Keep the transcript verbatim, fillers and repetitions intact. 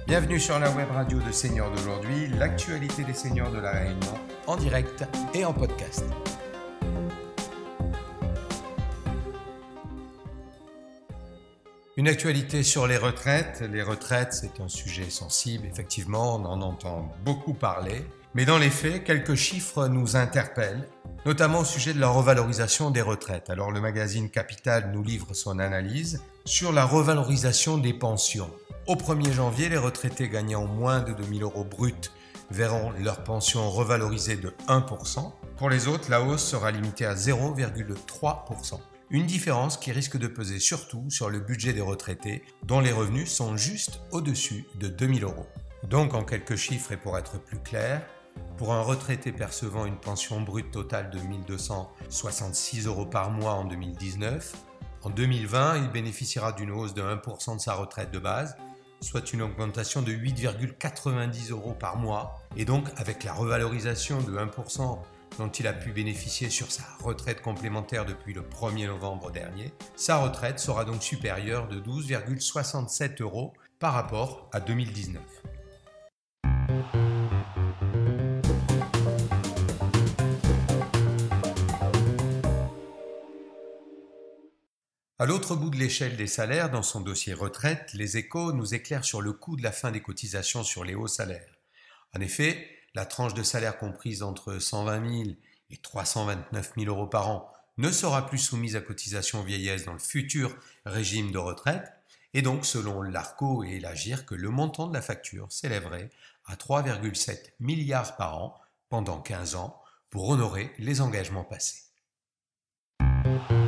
Bienvenue sur la web radio de Seniors d'aujourd'hui, l'actualité des seniors de la Réunion, en direct et en podcast. Une actualité sur les retraites. Les retraites, c'est un sujet sensible, effectivement, on en entend beaucoup parler. Mais dans les faits, quelques chiffres nous interpellent, notamment au sujet de la revalorisation des retraites. Alors le magazine Capital nous livre son analyse sur la revalorisation des pensions. Au premier janvier, les retraités gagnant moins de deux mille euros bruts verront leur pension revalorisée de un pour cent. Pour les autres, la hausse sera limitée à zéro virgule trois pour cent. Une différence qui risque de peser surtout sur le budget des retraités, dont les revenus sont juste au-dessus de deux mille euros. Donc, en quelques chiffres et pour être plus clair, pour un retraité percevant une pension brute totale de mille deux cent soixante-six euros par mois en deux mille dix-neuf, en deux mille vingt, il bénéficiera d'une hausse de un pour cent de sa retraite de base, soit une augmentation de huit virgule quatre-vingt-dix euros par mois. Et donc, avec la revalorisation de un pour cent dont il a pu bénéficier sur sa retraite complémentaire depuis le premier novembre dernier, sa retraite sera donc supérieure de douze virgule soixante-sept euros par rapport à deux mille dix-neuf. À l'autre bout de l'échelle des salaires, dans son dossier retraite, Les Échos nous éclairent sur le coût de la fin des cotisations sur les hauts salaires. En effet, la tranche de salaire comprise entre cent vingt mille et trois cent vingt-neuf mille euros par an ne sera plus soumise à cotisation vieillesse dans le futur régime de retraite, et donc selon l'Arco et l'Agir que le montant de la facture s'élèverait à trois virgule sept milliards par an pendant quinze ans pour honorer les engagements passés.